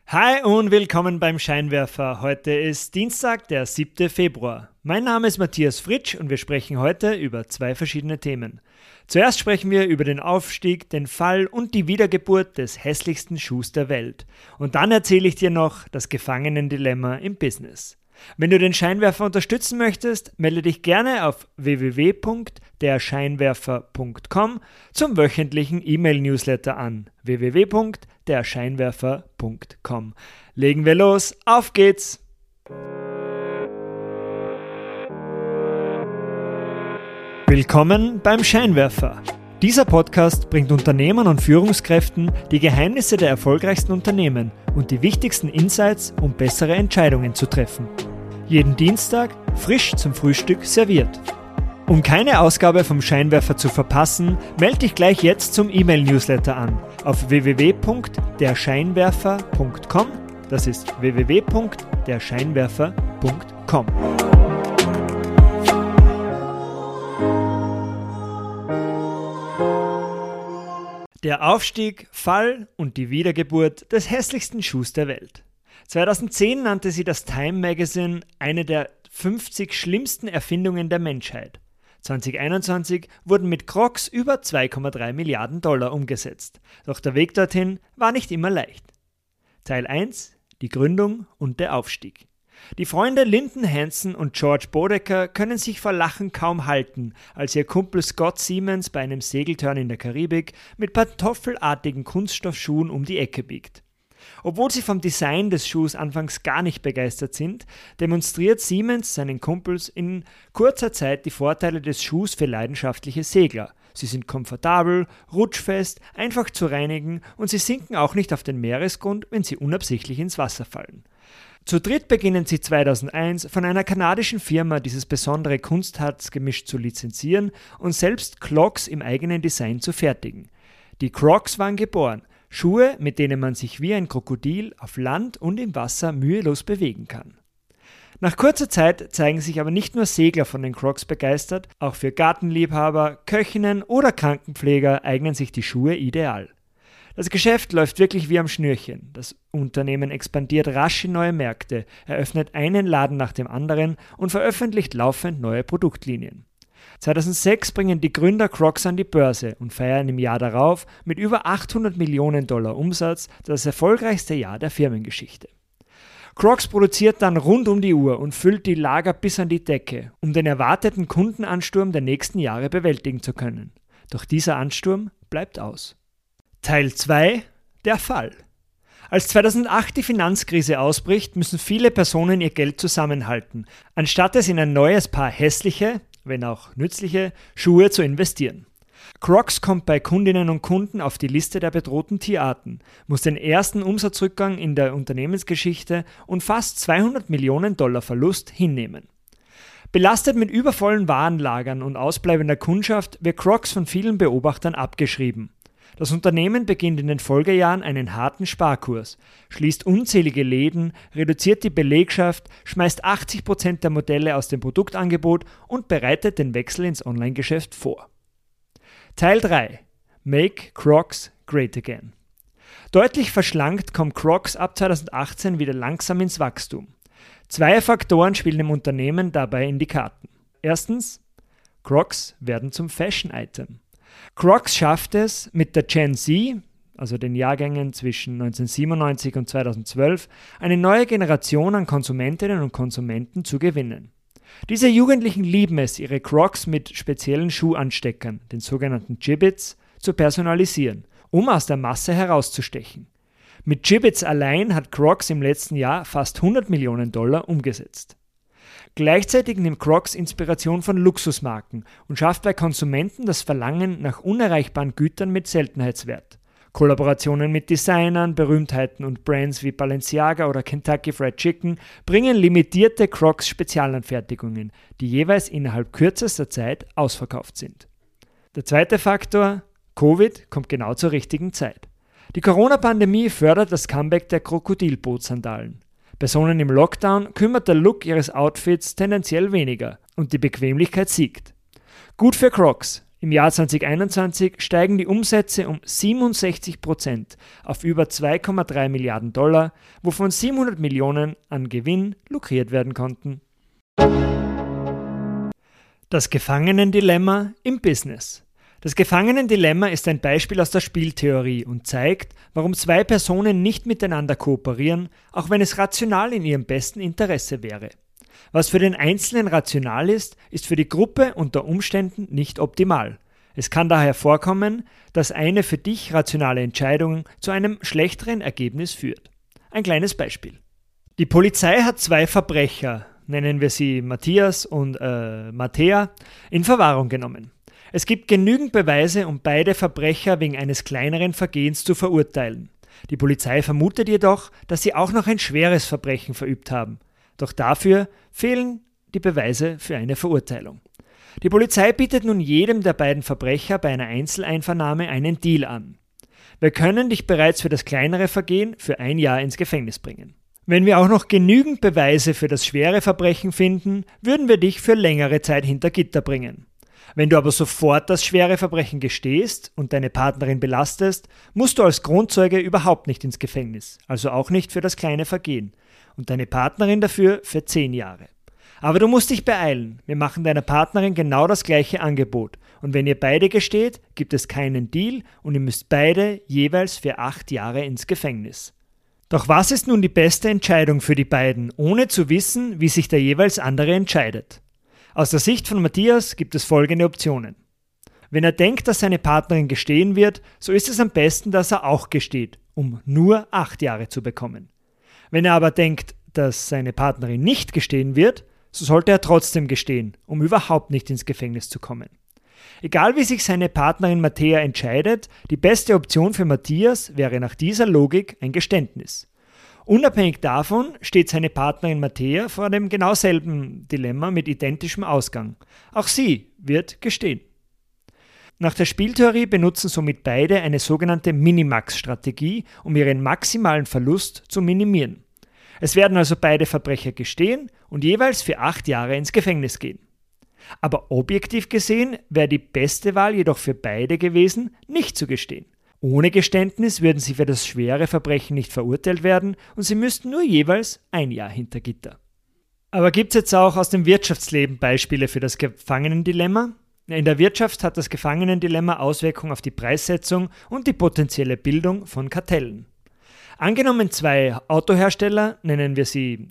Hi und willkommen beim Scheinwerfer. Heute ist Dienstag, der 7. Februar. Mein Name ist Matthias Fritsch und wir sprechen heute über zwei verschiedene Themen. Zuerst sprechen wir über den Aufstieg, den Fall und die Wiedergeburt des hässlichsten Schuhs der Welt. Und dann erzähle ich dir noch das Gefangenendilemma im Business. Wenn du den Scheinwerfer unterstützen möchtest, melde dich gerne auf www.derscheinwerfer.com zum wöchentlichen E-Mail-Newsletter an. www.derscheinwerfer.com. Legen wir los, auf geht's! Willkommen beim Scheinwerfer. Dieser Podcast bringt Unternehmern und Führungskräften die Geheimnisse der erfolgreichsten Unternehmen und die wichtigsten Insights, um bessere Entscheidungen zu treffen. Jeden Dienstag frisch zum Frühstück serviert. Um keine Ausgabe vom Scheinwerfer zu verpassen, melde dich gleich jetzt zum E-Mail-Newsletter an auf www.derscheinwerfer.com. Das ist www.derscheinwerfer.com. Der Aufstieg, Fall und die Wiedergeburt des hässlichsten Schuhs der Welt. 2010 nannte sie das Time Magazine eine der 50 schlimmsten Erfindungen der Menschheit. 2021 wurden mit Crocs über 2,3 Milliarden Dollar umgesetzt. Doch der Weg dorthin war nicht immer leicht. Teil 1: Die Gründung und der Aufstieg. Die Freunde Lyndon Hanson und George Bodecker können sich vor Lachen kaum halten, als ihr Kumpel Scott Siemens bei einem Segeltörn in der Karibik mit pantoffelartigen Kunststoffschuhen um die Ecke biegt. Obwohl sie vom Design des Schuhs anfangs gar nicht begeistert sind, demonstriert Siemens seinen Kumpels in kurzer Zeit die Vorteile des Schuhs für leidenschaftliche Segler. Sie sind komfortabel, rutschfest, einfach zu reinigen und sie sinken auch nicht auf den Meeresgrund, wenn sie unabsichtlich ins Wasser fallen. Zu dritt beginnen sie 2001 von einer kanadischen Firma dieses besondere Kunstharzgemisch zu lizenzieren und selbst Clogs im eigenen Design zu fertigen. Die Crocs waren geboren. Schuhe, mit denen man sich wie ein Krokodil auf Land und im Wasser mühelos bewegen kann. Nach kurzer Zeit zeigen sich aber nicht nur Segler von den Crocs begeistert, auch für Gartenliebhaber, Köchinnen oder Krankenpfleger eignen sich die Schuhe ideal. Das Geschäft läuft wirklich wie am Schnürchen. Das Unternehmen expandiert rasch in neue Märkte, eröffnet einen Laden nach dem anderen und veröffentlicht laufend neue Produktlinien. 2006 bringen die Gründer Crocs an die Börse und feiern im Jahr darauf mit über 800 Millionen Dollar Umsatz das erfolgreichste Jahr der Firmengeschichte. Crocs produziert dann rund um die Uhr und füllt die Lager bis an die Decke, um den erwarteten Kundenansturm der nächsten Jahre bewältigen zu können. Doch dieser Ansturm bleibt aus. Teil 2: Der Fall. Als 2008 die Finanzkrise ausbricht, müssen viele Personen ihr Geld zusammenhalten, anstatt es in ein neues Paar hässliche, wenn auch nützliche, Schuhe zu investieren. Crocs kommt bei Kundinnen und Kunden auf die Liste der bedrohten Tierarten, muss den ersten Umsatzrückgang in der Unternehmensgeschichte und fast 200 Millionen Dollar Verlust hinnehmen. Belastet mit übervollen Warenlagern und ausbleibender Kundschaft wird Crocs von vielen Beobachtern abgeschrieben. Das Unternehmen beginnt in den Folgejahren einen harten Sparkurs, schließt unzählige Läden, reduziert die Belegschaft, schmeißt 80% der Modelle aus dem Produktangebot und bereitet den Wechsel ins Online-Geschäft vor. Teil 3: Make Crocs Great Again. Deutlich verschlankt kommt Crocs ab 2018 wieder langsam ins Wachstum. Zwei Faktoren spielen dem Unternehmen dabei in die Karten. Erstens: Crocs werden zum Fashion-Item. Crocs schafft es, mit der Gen Z, also den Jahrgängen zwischen 1997 und 2012, eine neue Generation an Konsumentinnen und Konsumenten zu gewinnen. Diese Jugendlichen lieben es, ihre Crocs mit speziellen Schuhansteckern, den sogenannten Jibbitz, zu personalisieren, um aus der Masse herauszustechen. Mit Jibbitz allein hat Crocs im letzten Jahr fast 100 Millionen Dollar umgesetzt. Gleichzeitig nimmt Crocs Inspiration von Luxusmarken und schafft bei Konsumenten das Verlangen nach unerreichbaren Gütern mit Seltenheitswert. Kollaborationen mit Designern, Berühmtheiten und Brands wie Balenciaga oder Kentucky Fried Chicken bringen limitierte Crocs-Spezialanfertigungen, die jeweils innerhalb kürzester Zeit ausverkauft sind. Der zweite Faktor: Covid kommt genau zur richtigen Zeit. Die Corona-Pandemie fördert das Comeback der Krokodilbootsandalen. Personen im Lockdown kümmert der Look ihres Outfits tendenziell weniger und die Bequemlichkeit siegt. Gut für Crocs. Im Jahr 2021 steigen die Umsätze um 67% auf über 2,3 Milliarden $, wovon 700 Millionen an Gewinn lukriert werden konnten. Das Gefangenendilemma im Business. Das Gefangenendilemma ist ein Beispiel aus der Spieltheorie und zeigt, warum zwei Personen nicht miteinander kooperieren, auch wenn es rational in ihrem besten Interesse wäre. Was für den Einzelnen rational ist, ist für die Gruppe unter Umständen nicht optimal. Es kann daher vorkommen, dass eine für dich rationale Entscheidung zu einem schlechteren Ergebnis führt. Ein kleines Beispiel. Die Polizei hat zwei Verbrecher, nennen wir sie Matthias und Mattea, in Verwahrung genommen. Es gibt genügend Beweise, um beide Verbrecher wegen eines kleineren Vergehens zu verurteilen. Die Polizei vermutet jedoch, dass sie auch noch ein schweres Verbrechen verübt haben. Doch dafür fehlen die Beweise für eine Verurteilung. Die Polizei bietet nun jedem der beiden Verbrecher bei einer Einzeleinvernahme einen Deal an. Wir können dich bereits für das kleinere Vergehen für 1 Jahr ins Gefängnis bringen. Wenn wir auch noch genügend Beweise für das schwere Verbrechen finden, würden wir dich für längere Zeit hinter Gitter bringen. Wenn du aber sofort das schwere Verbrechen gestehst und deine Partnerin belastest, musst du als Kronzeuge überhaupt nicht ins Gefängnis, also auch nicht für das kleine Vergehen, und deine Partnerin dafür für 10 Jahre. Aber du musst dich beeilen, wir machen deiner Partnerin genau das gleiche Angebot, und wenn ihr beide gesteht, gibt es keinen Deal und ihr müsst beide jeweils für 8 Jahre ins Gefängnis. Doch was ist nun die beste Entscheidung für die beiden, ohne zu wissen, wie sich der jeweils andere entscheidet? Aus der Sicht von Matthias gibt es folgende Optionen. Wenn er denkt, dass seine Partnerin gestehen wird, so ist es am besten, dass er auch gesteht, um nur 8 Jahre zu bekommen. Wenn er aber denkt, dass seine Partnerin nicht gestehen wird, so sollte er trotzdem gestehen, um überhaupt nicht ins Gefängnis zu kommen. Egal wie sich seine Partnerin Mattea entscheidet, die beste Option für Matthias wäre nach dieser Logik ein Geständnis. Unabhängig davon steht seine Partnerin Mattea vor dem genau selben Dilemma mit identischem Ausgang. Auch sie wird gestehen. Nach der Spieltheorie benutzen somit beide eine sogenannte Minimax-Strategie, um ihren maximalen Verlust zu minimieren. Es werden also beide Verbrecher gestehen und jeweils für 8 Jahre ins Gefängnis gehen. Aber objektiv gesehen wäre die beste Wahl jedoch für beide gewesen, nicht zu gestehen. Ohne Geständnis würden sie für das schwere Verbrechen nicht verurteilt werden und sie müssten nur jeweils 1 Jahr hinter Gitter. Aber gibt es jetzt auch aus dem Wirtschaftsleben Beispiele für das Gefangenendilemma? In der Wirtschaft hat das Gefangenendilemma Auswirkungen auf die Preissetzung und die potenzielle Bildung von Kartellen. Angenommen 2 Autohersteller, nennen wir sie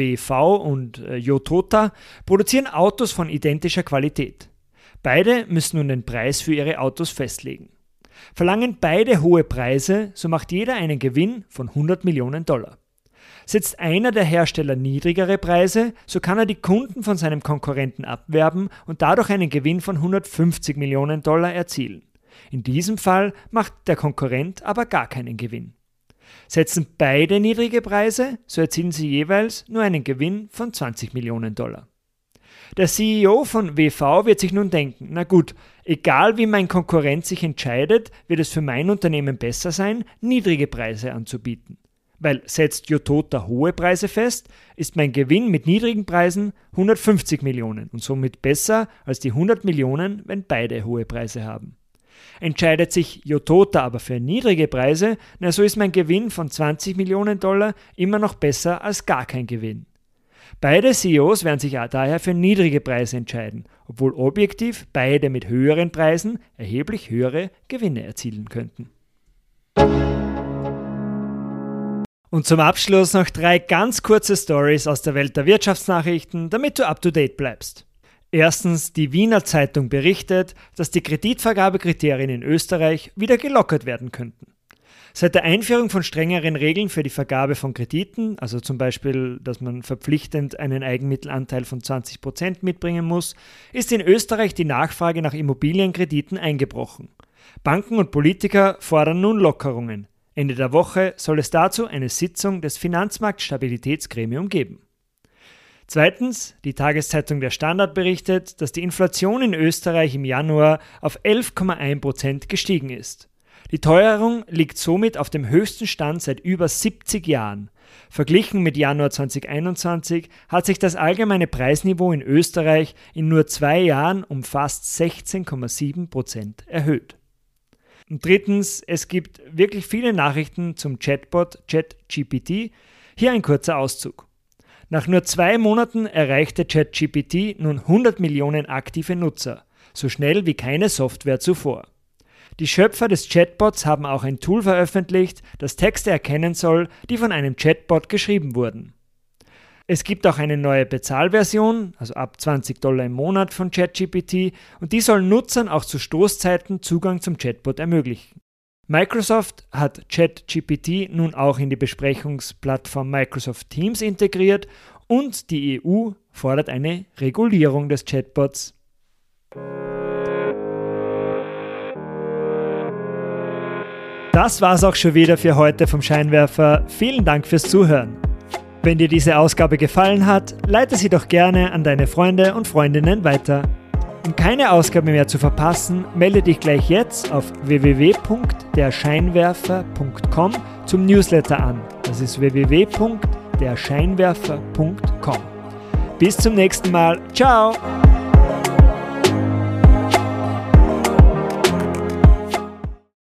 WV und Yotota, produzieren Autos von identischer Qualität. Beide müssen nun den Preis für ihre Autos festlegen. Verlangen beide hohe Preise, so macht jeder einen Gewinn von 100 Millionen $. Setzt einer der Hersteller niedrigere Preise, so kann er die Kunden von seinem Konkurrenten abwerben und dadurch einen Gewinn von 150 Millionen $ erzielen. In diesem Fall macht der Konkurrent aber gar keinen Gewinn. Setzen beide niedrige Preise, so erzielen sie jeweils nur einen Gewinn von 20 Millionen $. Der CEO von WV wird sich nun denken, na gut, egal wie mein Konkurrent sich entscheidet, wird es für mein Unternehmen besser sein, niedrige Preise anzubieten. Weil setzt Yotota hohe Preise fest, ist mein Gewinn mit niedrigen Preisen 150 Millionen und somit besser als die 100 Millionen, wenn beide hohe Preise haben. Entscheidet sich Yotota aber für niedrige Preise, na so ist mein Gewinn von 20 Millionen $ immer noch besser als gar kein Gewinn. Beide CEOs werden sich daher für niedrige Preise entscheiden, obwohl objektiv beide mit höheren Preisen erheblich höhere Gewinne erzielen könnten. Und zum Abschluss noch 3 ganz kurze Stories aus der Welt der Wirtschaftsnachrichten, damit du up-to-date bleibst. Erstens, die Wiener Zeitung berichtet, dass die Kreditvergabekriterien in Österreich wieder gelockert werden könnten. Seit der Einführung von strengeren Regeln für die Vergabe von Krediten, also zum Beispiel, dass man verpflichtend einen Eigenmittelanteil von 20% mitbringen muss, ist in Österreich die Nachfrage nach Immobilienkrediten eingebrochen. Banken und Politiker fordern nun Lockerungen. Ende der Woche soll es dazu eine Sitzung des Finanzmarktstabilitätsgremium geben. Zweitens, die Tageszeitung Der Standard berichtet, dass die Inflation in Österreich im Januar auf 11,1% gestiegen ist. Die Teuerung liegt somit auf dem höchsten Stand seit über 70 Jahren. Verglichen mit Januar 2021 hat sich das allgemeine Preisniveau in Österreich in nur 2 Jahren um fast 16,7% erhöht. Und drittens, es gibt wirklich viele Nachrichten zum Chatbot ChatGPT. Hier ein kurzer Auszug. Nach nur 2 Monaten erreichte ChatGPT nun 100 Millionen aktive Nutzer, so schnell wie keine Software zuvor. Die Schöpfer des Chatbots haben auch ein Tool veröffentlicht, das Texte erkennen soll, die von einem Chatbot geschrieben wurden. Es gibt auch eine neue Bezahlversion, also ab $20 im Monat von ChatGPT, und die soll Nutzern auch zu Stoßzeiten Zugang zum Chatbot ermöglichen. Microsoft hat ChatGPT nun auch in die Besprechungsplattform Microsoft Teams integriert und die EU fordert eine Regulierung des Chatbots. Das war's auch schon wieder für heute vom Scheinwerfer. Vielen Dank fürs Zuhören. Wenn dir diese Ausgabe gefallen hat, leite sie doch gerne an deine Freunde und Freundinnen weiter. Um keine Ausgabe mehr zu verpassen, melde dich gleich jetzt auf www.derscheinwerfer.com zum Newsletter an. Das ist www.derscheinwerfer.com. Bis zum nächsten Mal. Ciao!